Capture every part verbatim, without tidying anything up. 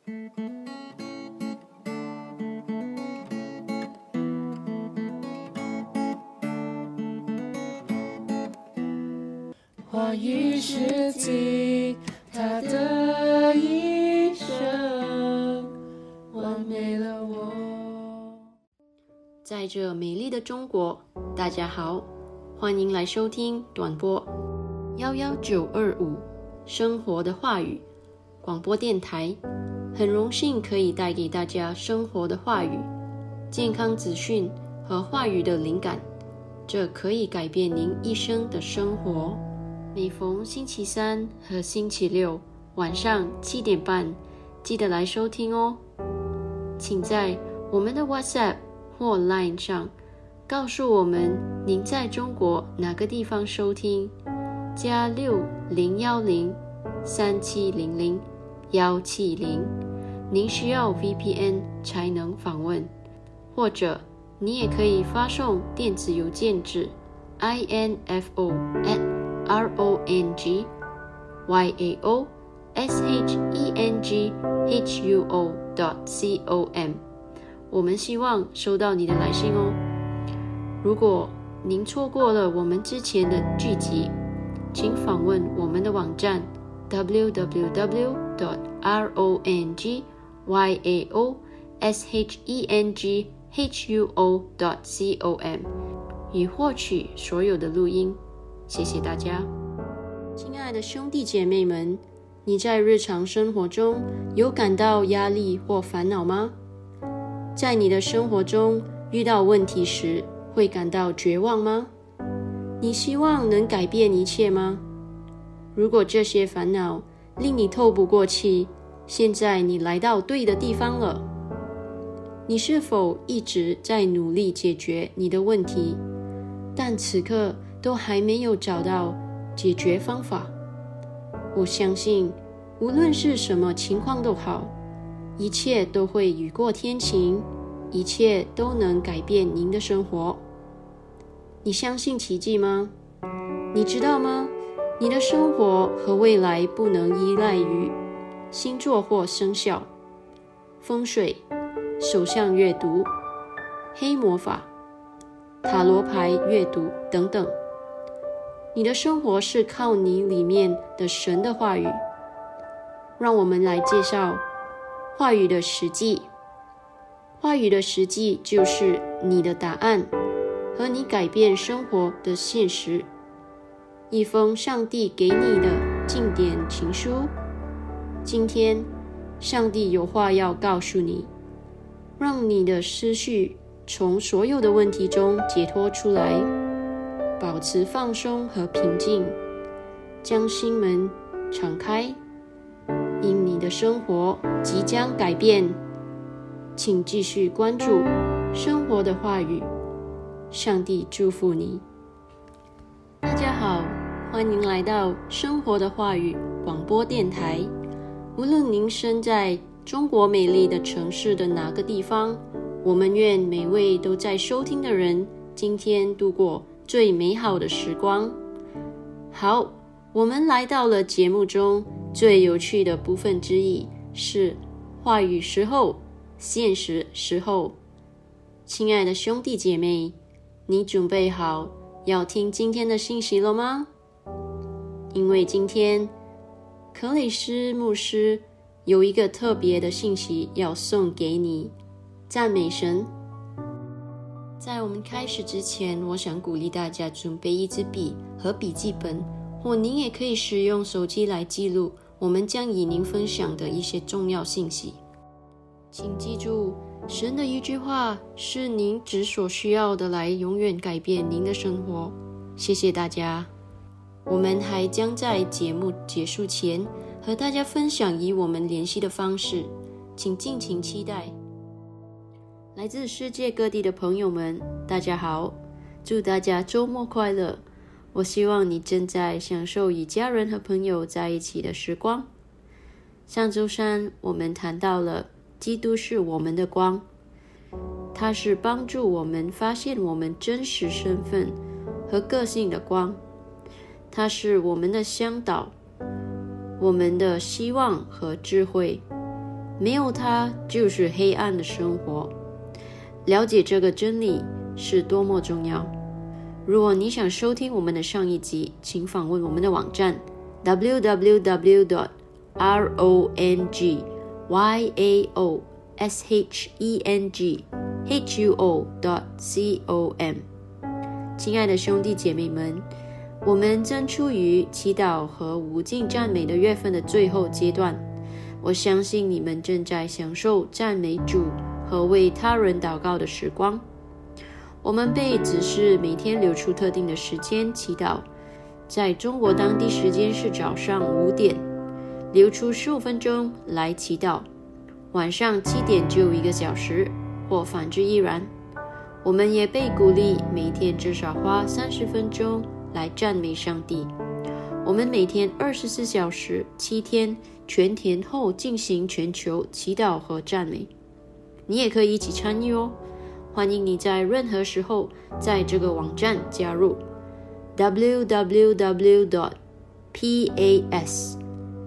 话语是尽他的一生，完美了我。 在这美丽的中国，大家好，欢迎来收听短波一一九二五生活的话语广播电台。很荣幸可以带给大家生活的话语、健康资讯和话语的灵感，这可以改变您一生的生活。每逢星期三和星期六晚上七点半，记得来收听哦。请在我们的 WhatsApp 或 Line 上告诉我们您在中国哪个地方收听，加六零幺零三七零零幺七零。您需要 V P N 才能访问，或者你也可以发送电子邮件至 info at rongyaoshenghuo dot com。我们希望收到你的来信哦。如果您错过了我们之前的剧集，请访问我们的网站 double-u double-u double-u dot rongyaoshenghuo dot com 以获取所有的录音。谢谢大家。亲爱的兄弟姐妹们，你在日常生活中有感到压力或烦恼吗？在你的生活中遇到问题时，会感到绝望吗？你希望能改变一切吗？如果这些烦恼令你透不过气，现在你来到对的地方了。你是否一直在努力解决你的问题，但此刻都还没有找到解决方法？我相信无论是什么情况都好，一切都会雨过天晴，一切都能改变您的生活。你相信奇迹吗？你知道吗？你的生活和未来不能依赖于星座或生肖、风水、手相阅读、黑魔法、塔罗牌阅读等等。你的生活是靠你里面的神的话语。让我们来介绍话语的实际。话语的实际就是你的答案和你改变生活的现实。一封上帝给你的经典情书。今天上帝有话要告诉你，让你的思绪从所有的问题中解脱出来，保持放松和平静，将心门敞开，因你的生活即将改变。请继续关注生活的话语，上帝祝福你。大家好，欢迎来到生活的话语广播电台。无论您身在中国美丽的城市的哪个地方，我们愿每位都在收听的人今天度过最美好的时光。好，我们来到了节目中最有趣的部分之一，是话语时候，现实时候。亲爱的兄弟姐妹，你准备好要听今天的信息了吗？因为今天克里斯牧师有一个特别的信息要送给你。赞美神。在我们开始之前，我想鼓励大家准备一支笔和笔记本，或您也可以使用手机来记录我们将与您分享的一些重要信息。请记住，神的一句话是您只所需要的，来永远改变您的生活。谢谢大家。我们还将在节目结束前和大家分享与我们联系的方式，请敬请期待。来自世界各地的朋友们，大家好，祝大家周末快乐。我希望你正在享受与家人和朋友在一起的时光。上周三我们谈到了基督是我们的光，它是帮助我们发现我们真实身份和个性的光，它是我们的向导，我们的希望和智慧， 没有它就是黑暗的生活。了解这个真理是多么重要。如果你想收听我们的上一集，请访问我们的网站 double-u double-u double-u dot rongaoshenghuo dot com。 亲爱的兄弟姐妹们，我们正处于祈祷和无尽赞美的月份的最后阶段，我相信你们正在享受赞美主和为他人祷告的时光。我们被指示每天留出特定的时间祈祷，在中国当地时间是早上五点，留出十五分钟来祈祷，晚上七点就一个小时，或反之亦然。我们也被鼓励每天至少花三十分钟来赞美上帝。我们每天二十四小时七天全天候进行全球祈祷和赞美。你也可以一起参与哦，欢迎你在任何时候在这个网站加入 double-u double-u double-u dot pastorchris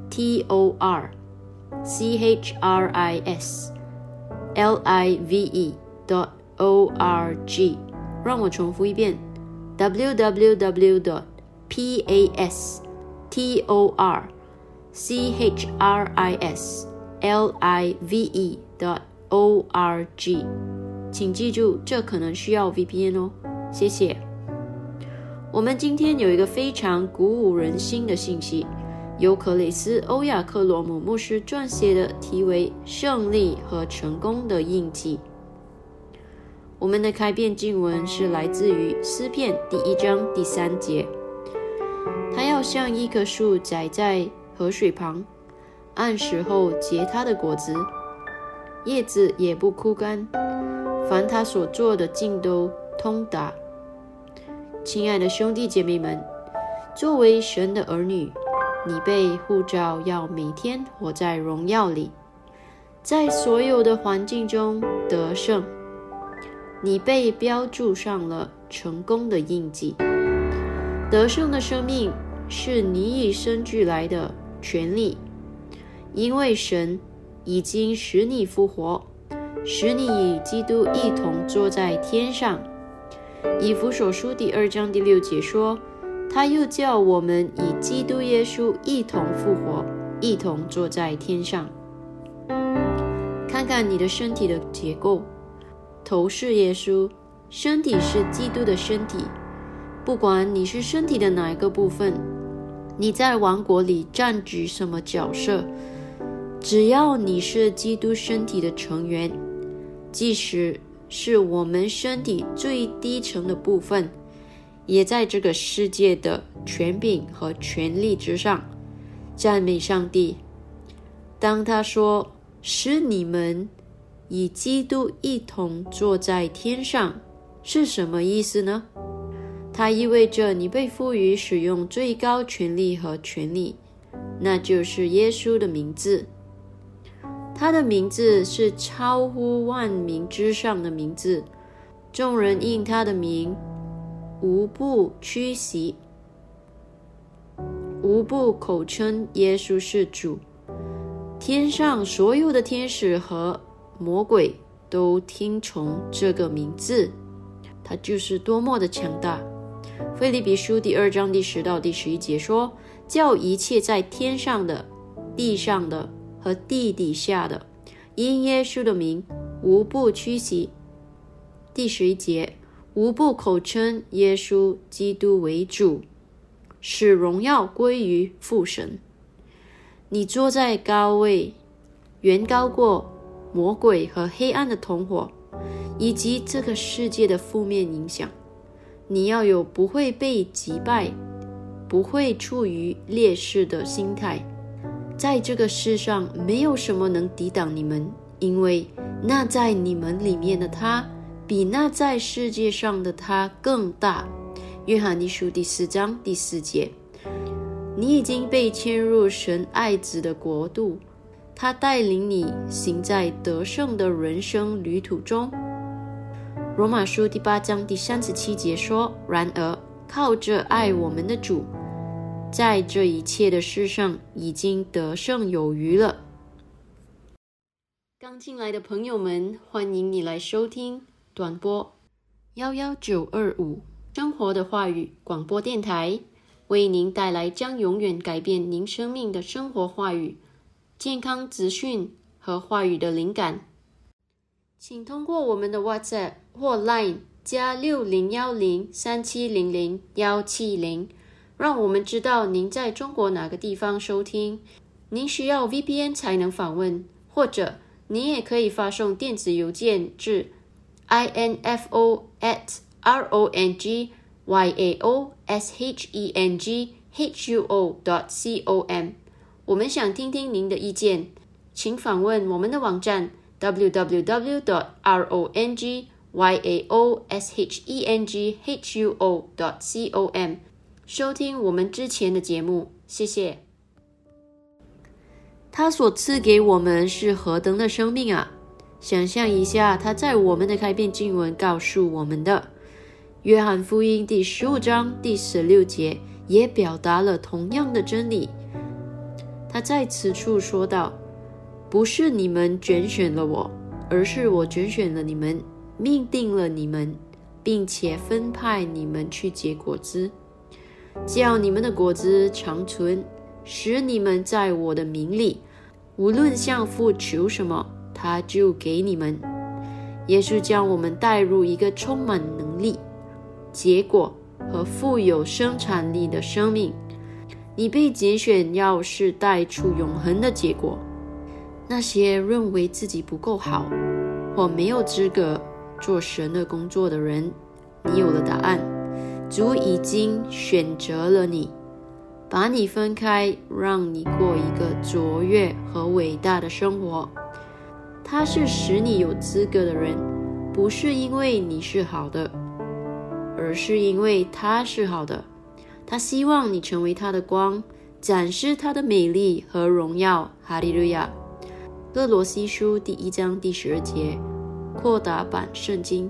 live dot org。 让我重复一遍 double-u double-u double-u dot pastorchris live dot org。 请记住，这可能需要 V P N 哦，谢谢。我们今天有一个非常鼓舞人心的信息，由克雷斯·欧亚克罗姆牧师撰写的，题为胜利和成功的印记。我们的开篇经文是来自于诗篇第一章第三节，他要像一棵树栽在河水旁，按时候结他的果子，叶子也不枯干，凡他所做的尽都通达。亲爱的兄弟姐妹们，作为神的儿女，你被呼召要每天活在荣耀里，在所有的环境中得胜。你被标注上了成功的印记。得胜的生命是你与生俱来的权利，因为神已经使你复活，使你与基督一同坐在天上。以弗所书第二章第六节说，他又叫我们与基督耶稣一同复活，一同坐在天上。看看你的身体的结构，头是耶稣，身体是基督的身体。不管你是身体的哪一个部分，你在王国里占据什么角色，只要你是基督身体的成员，即使是我们身体最低层的部分，也在这个世界的权柄和权力之上。赞美上帝。当他说使你们与基督一同坐在天上，是什么意思呢？它意味着你被赋予使用最高权力和权力，那就是耶稣的名字。他的名字是超乎万名之上的名字，众人因他的名无不屈膝，无不口称耶稣是主。天上所有的天使和魔鬼都听从这个名字，他就是多么的强大。腓立比书第二章第十到第十一节说，叫一切在天上的、地上的和地底下的，因耶稣的名无不屈膝。第十一节，无不口称耶稣基督为主，使荣耀归于父神。你坐在高位，远高过魔鬼和黑暗的同伙，以及这个世界的负面影响。你要有不会被击败，不会处于劣势的心态。在这个世上没有什么能抵挡你们，因为那在你们里面的他比那在世界上的他更大。约翰一书第四章第四节。你已经被迁入神爱子的国度，他带领你行在得胜的人生旅途中。罗马书第八章第三十七节说，然而靠着爱我们的主，在这一切的事上已经得胜有余了。 刚进来的朋友们，欢迎你来收听短波一一九二五生活的话语广播电台，为您带来将永远改变您生命的生活话语、健康资讯和话语的灵感。请通过我们的 WhatsApp 或 Line 加六零一零三七零零一七零，让我们知道您在中国哪个地方收听。您需要 V P N 才能访问，或者你也可以发送电子邮件至 info at rongyao.shenghuo dot com。 我们想听听您的意见，请访问我们的网站 double-u double-u double-u dot rongyao.shenghuo dot com， 收听我们之前的节目。谢谢。他所赐给我们是何等的生命啊！想象一下，他在我们的开篇经文告诉我们的约翰福音第十五章第十六节也表达了同样的真理。他在此处说道，不是你们拣选了我，而是我拣选了你们，命定了你们，并且分派你们去结果子，叫你们的果子长存，使你们在我的名里，无论向父求什么，他就给你们。耶稣将我们带入一个充满能力、结果和富有生产力的生命。你被拣选要是带出永恒的结果。那些认为自己不够好或没有资格做神的工作的人，你有了答案。主已经选择了你，把你分开，让你过一个卓越和伟大的生活。他是使你有资格的人，不是因为你是好的，而是因为他是好的。他希望你成为他的光，展示他的美丽和荣耀。哈利路亚。歌罗西书第一章第十二节，扩大版圣经。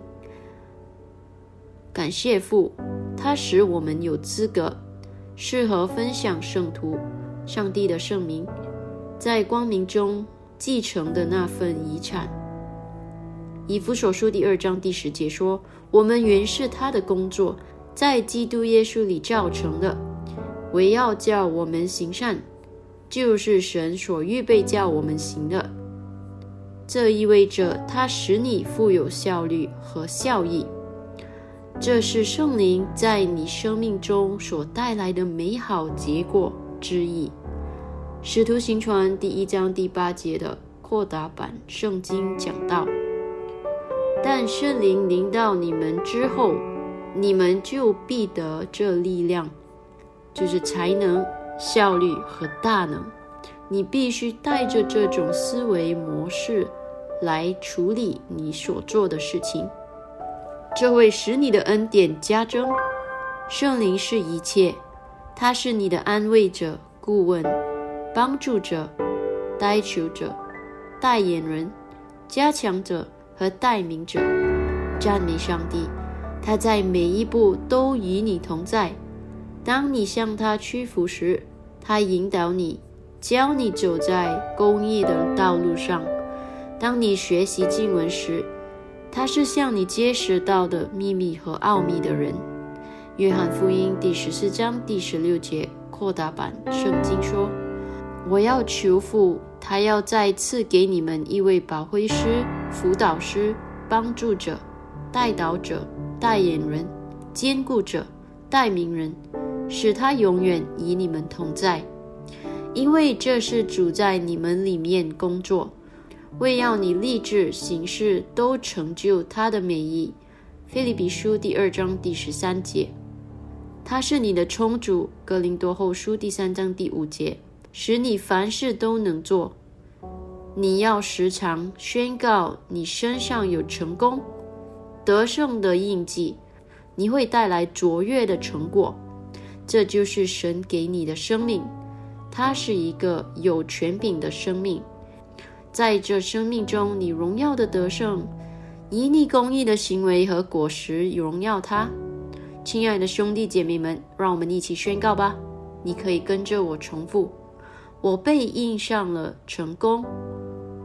感谢父，他使我们有资格适合分享圣徒上帝的圣名，在光明中继承的那份遗产。以弗所书第二章第十节说，我们原是他的工作，在基督耶稣里造成的，为要叫我们行善，就是神所预备叫我们行的。这意味着他使你富有效率和效益，这是圣灵在你生命中所带来的美好结果之一。使徒行传第一章第八节的扩大版圣经讲到，但圣灵临到你们之后，你们就必得这力量，就是才能、效率和大能。你必须带着这种思维模式来处理你所做的事情，这会使你的恩典加增。圣灵是一切，他是你的安慰者、顾问、帮助者、代求者、代言人、加强者和代明者。赞美上帝，他在每一步都与你同在。当你向他屈服时，他引导你，教你走在公义的道路上。当你学习经文时，他是向你揭示到的秘密和奥秘的人。约翰福音第十四章第十六节扩大版圣经说，我要求父，他要再次给你们一位保惠师、辅导师、帮助者、代祷者、代言人、坚固者、代明人，使他永远与你们同在。因为这是主在你们里面工作，为要你立志行事都成就他的美意。腓立比书第二章第十三节。他是你的充足。哥林多后书第三章第五节，使你凡事都能做。你要时常宣告你身上有成功、得胜的印记，你会带来卓越的成果。这就是神给你的生命，它是一个有权柄的生命。在这生命中，你荣耀的得胜，以你公义的行为和果实荣耀他。亲爱的兄弟姐妹们，让我们一起宣告吧。你可以跟着我重复：我被印上了成功，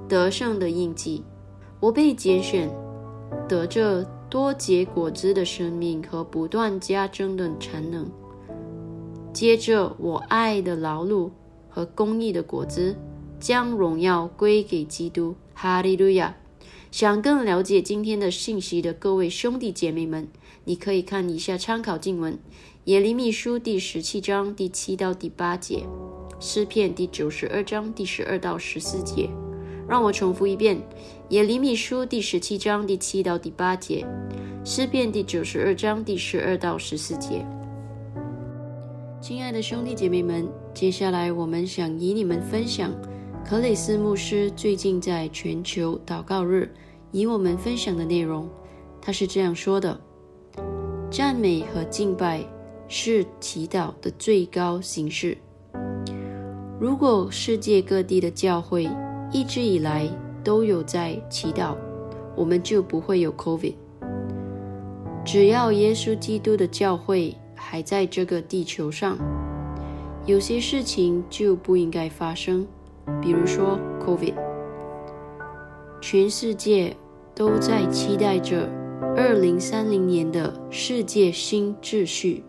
得胜的印记。我被拣选，得着多结果子的生命和不断加增的产能。接着我爱的劳碌和公义的果子，将荣耀归给基督。哈利路亚！想更了解今天的信息的各位兄弟姐妹们，你可以看以下参考经文：耶利米书第十七章第七到第八节，诗篇第九十二章第十二到十四节。让我重复一遍：耶利米书第十七章第七到第八节，诗篇第九十二章第十二到十四节。亲爱的兄弟姐妹们，接下来我们想与你们分享克雷斯牧师最近在全球祷告日与我们分享的内容。他是这样说的：赞美和敬拜是祈祷的最高形式。如果世界各地的教会一直以来都有在祈祷，我们就不会有 COVID。 只要耶稣基督的教会还在这个地球上，有些事情就不应该发生，比如说 COVID。 全世界都在期待着二零三零年的世界新秩序。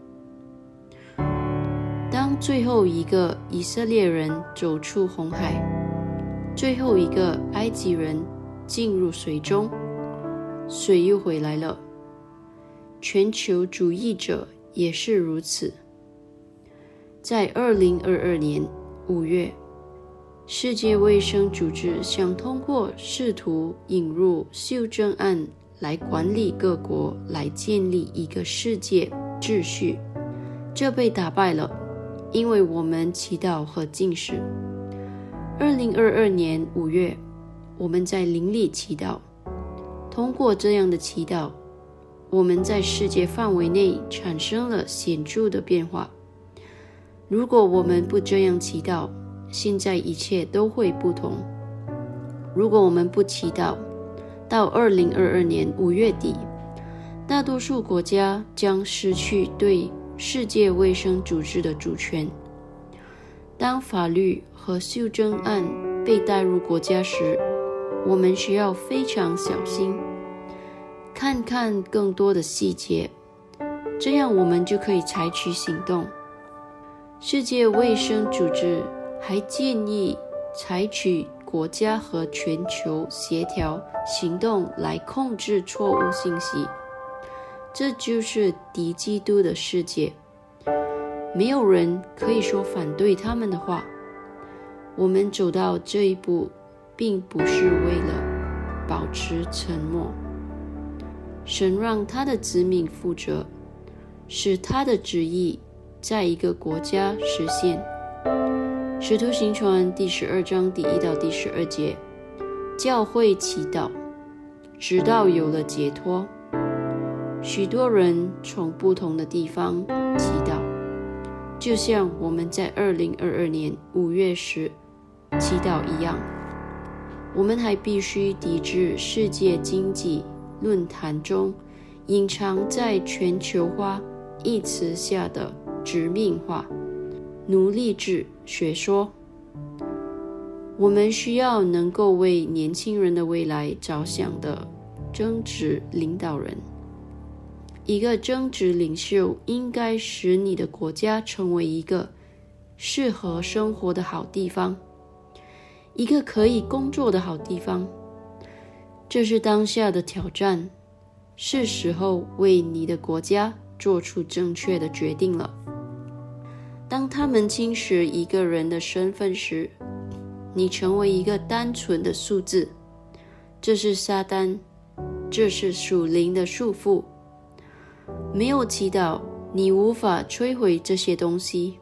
当最后一个以色列人走出红海，最后一个埃及人进入水中，水又回来了。全球主义者也是如此。在二零二二年五月，世界卫生组织想通过试图引入修正案来管理各国，来建立一个世界秩序，这被打败了，因为我们祈祷和禁食。二零二二年五月，我们在灵里祈祷，通过这样的祈祷，我们在世界范围内产生了显著的变化。如果我们不这样祈祷，现在一切都会不同。如果我们不祈祷，到二零二二年五月底，大多数国家将失去对世界卫生组织的主权。当法律和修正案被带入国家时，我们需要非常小心，看看更多的细节，这样我们就可以采取行动。世界卫生组织还建议采取国家和全球协调行动来控制错误信息。这就是敌基督的世界，没有人可以说反对他们的话。我们走到这一步，并不是为了保持沉默。神让他的子民负责，使他的旨意在一个国家实现。使徒行传第十二章第一到第十二节，教会祈祷，直到有了解脱。许多人从不同的地方祈祷，就像我们在二零二二年五月时祈祷一样。我们还必须抵制世界经济论坛中隐藏在全球化一词下的殖民化、奴隶制学说。我们需要能够为年轻人的未来着想的正直领导人。一个正直领袖应该使你的国家成为一个适合生活的好地方，一个可以工作的好地方。这是当下的挑战，是时候为你的国家做出正确的决定了。当他们侵蚀一个人的身份时，你成为一个单纯的数字，这是撒旦，这是属灵的束缚。没有祈祷，你无法摧毁这些东西。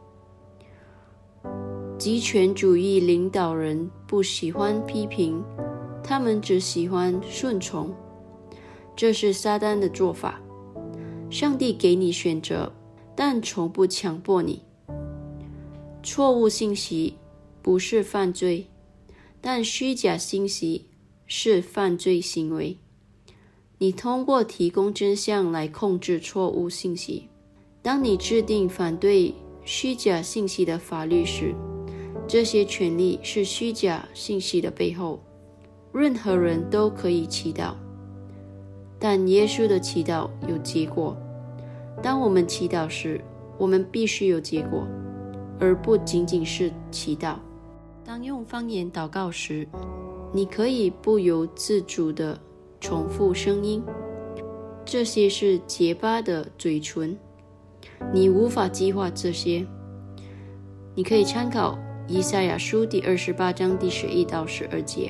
极权主义领导人不喜欢批评，他们只喜欢顺从，这是撒旦的做法。上帝给你选择，但从不强迫你。错误信息不是犯罪，但虚假信息是犯罪行为。你通过提供真相来控制错误信息。当你制定反对虚假信息的法律时，这些权利是虚假信息的背后。 任何人都可以祈祷，但耶稣的祈祷有结果。当我们祈祷时，我们必须有结果，而不仅仅是祈祷。当用方言祷告时，你可以不由自主地重复声音，这些是结巴的嘴唇，你无法计划这些。你可以参考以赛亚书第二十八章第十一到十二节。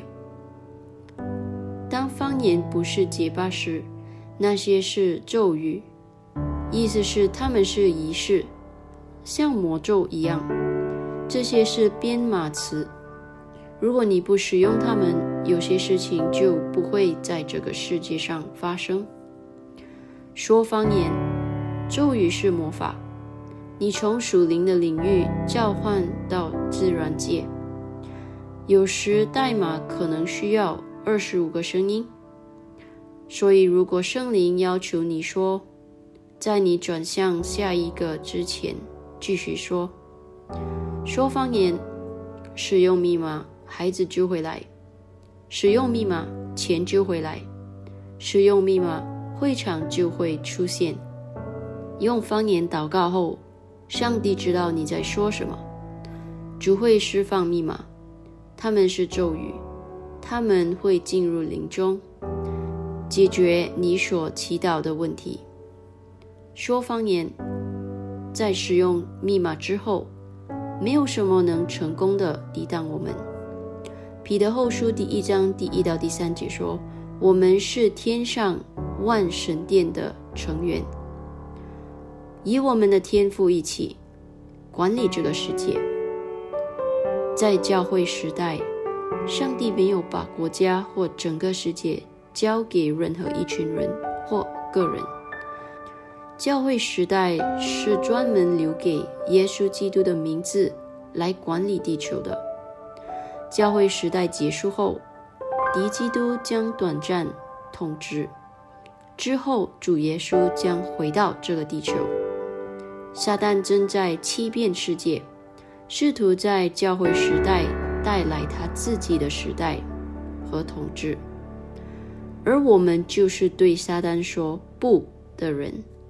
当方言不是结巴时，那些是咒语，意思是它们是仪式，像魔咒一样。这些是编码词，如果你不使用它们，有些事情就不会在这个世界上发生。说方言，咒语是魔法，你从属灵的领域召唤到自然界。有时代码可能需要二十五个声音，所以如果圣灵要求你说，在你转向下一个之前继续说。说方言，使用密码，孩子就会来；使用密码，钱就会来；使用密码，会场就会出现。用方言祷告后，上帝知道你在说什么，主会释放密码，它们是咒语，它们会进入灵中，解决你所祈祷的问题。说方言，在使用密码之后，没有什么能成功的抵挡我们。彼得后书第一章第一到第三节说，我们是天上万神殿的成员，以我们的天父一起管理这个世界。在教会时代，上帝没有把国家或整个世界交给任何一群人或个人。教会时代是专门留给耶稣基督的名字来管理地球的。教会时代结束后，敌基督将短暂统治，之后主耶稣将回到这个地球。撒旦正在欺骗世界，试图在教会时代带来他自己的时代和统治，而我们就是对撒旦说不的人。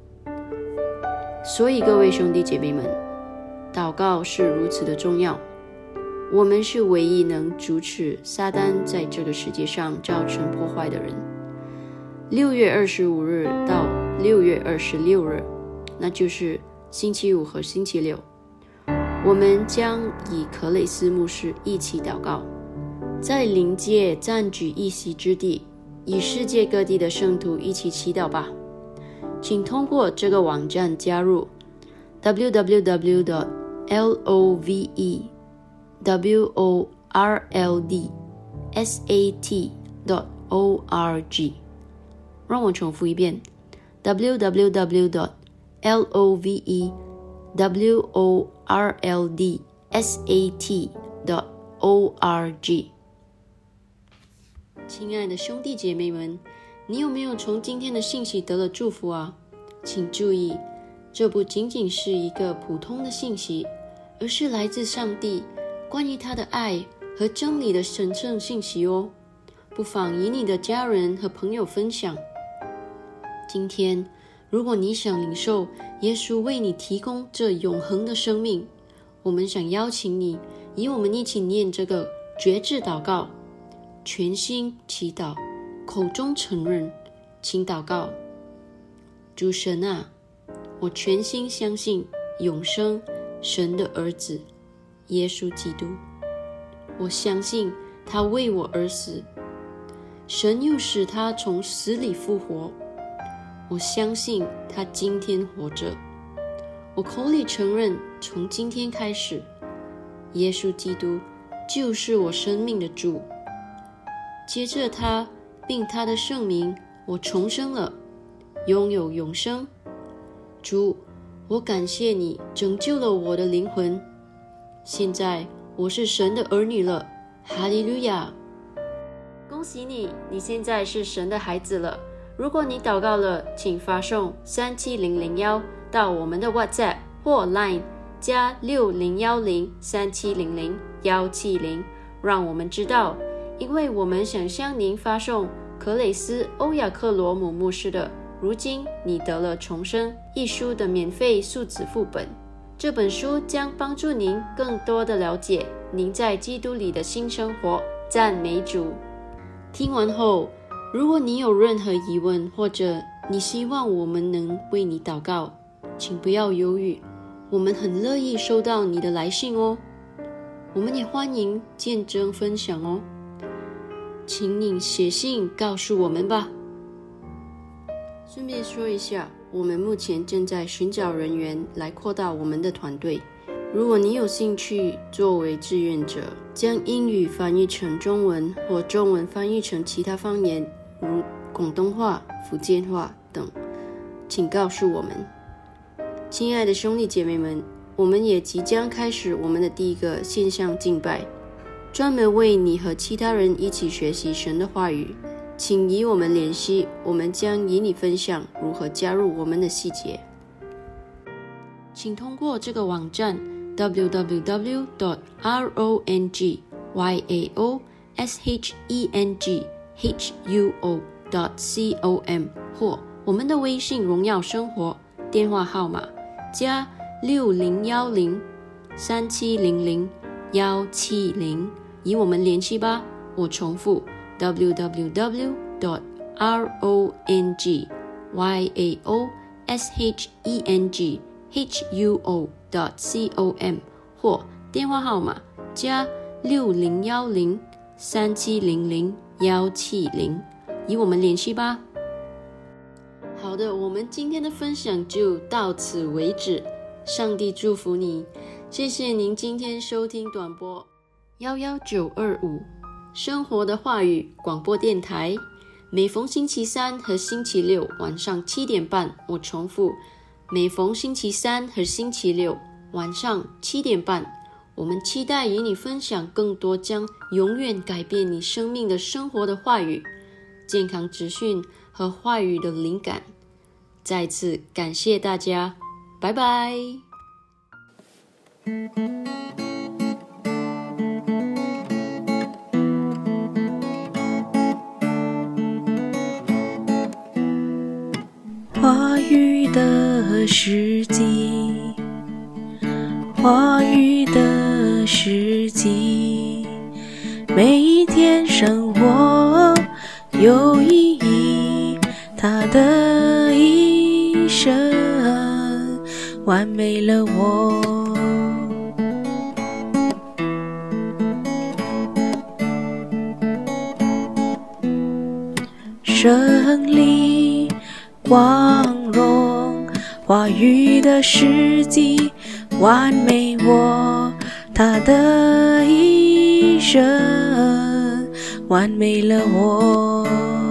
所以各位兄弟姐妹们，祷告是如此的重要。我们是唯一能阻止撒旦在这个世界上造成破坏的人。六月二十五日到六月二十六日，那就是星期五和星期六，我们将以克雷斯牧师一起祷告，在灵界占据一席之地，与世界各地的圣徒一起祈祷吧。请通过这个网站加入 double-u double-u double-u dot love world sat dot org。 让我重复一遍 double-u double-u double-u dot love world sat dot org。 亲爱的兄弟姐妹们，你有没有从今天的信息得了祝福啊？请注意，这不仅仅是一个普通的信息，而是来自上帝关于他的爱和真理的神圣信息哦。不妨与你的家人和朋友分享。今天，如果你想领受耶稣为你提供这永恒的生命，我们想邀请你与我们一起念这个决志祷告，全心祈祷，口中承认。请祷告：主神啊，我全心相信永生神的儿子耶稣基督，我相信他为我而死，神又使他从死里复活，我相信他今天活着。我口里承认，从今天开始，耶稣基督就是我生命的主。接着他并他的圣名，我重生了，拥有永生。主，我感谢你拯救了我的灵魂，现在我是神的儿女了，哈利路亚！恭喜你，你现在是神的孩子了。如果你祷告了，请发送三七零零一到我们的 WhatsApp 或 Line 加六零一零三七零零一七零，让我们知道， 因为我们想向您发送克雷斯·欧亚克罗姆牧师的《如今你得了重生》一书的免费数字副本。这本书将帮助您更多地了解您在基督里的新生活。赞美主！听完后，如果你有任何疑问，或者你希望我们能为你祷告，请不要犹豫，我们很乐意收到你的来信哦。我们也欢迎见证分享哦，请你写信告诉我们吧。顺便说一下，我们目前正在寻找人员来扩大我们的团队。如果你有兴趣作为志愿者，将英语翻译成中文或中文翻译成其他方言，如广东话、福建话等，请告诉我们。亲爱的兄弟姐妹们，我们也即将开始我们的第一个线上敬拜，专门为你和其他人一起学习神的话语。请与我们联系，我们将与你分享如何加入我们的细节。请通过这个网站 double-u double-u double-u dot rongywaoshenghenghuo dot com 或我们的微信荣耀生活电话号码加六零一零三七零零一七零，与我们联系吧。我重复 double-u double-u double-u dot rongywaoshenghenghuo dot com 或电话号码加六零一零三七零零一七零，与我们联系吧。好的，我们今天的分享就到此为止。上帝祝福你，谢谢您今天收听短波一一九二五生活的话语广播电台，每逢星期三和星期六晚上七点半。我重复，每逢星期三和星期六晚上七点半。我们期待与你分享更多将永远改变你生命的生活的话语、健康资讯和话语的灵感。再次感谢大家，拜拜。 话语的时机，话语的时机，每一天生活有意义，他的一生完美了我。胜利光荣，话语的时机完美我，他的一生完美了我。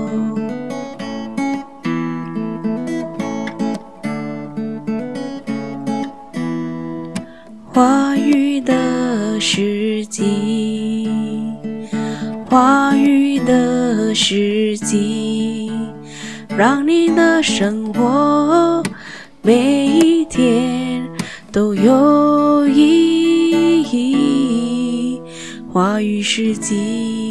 话语的时机，话语的时机，让你的生活每一天都有意义。话语时机。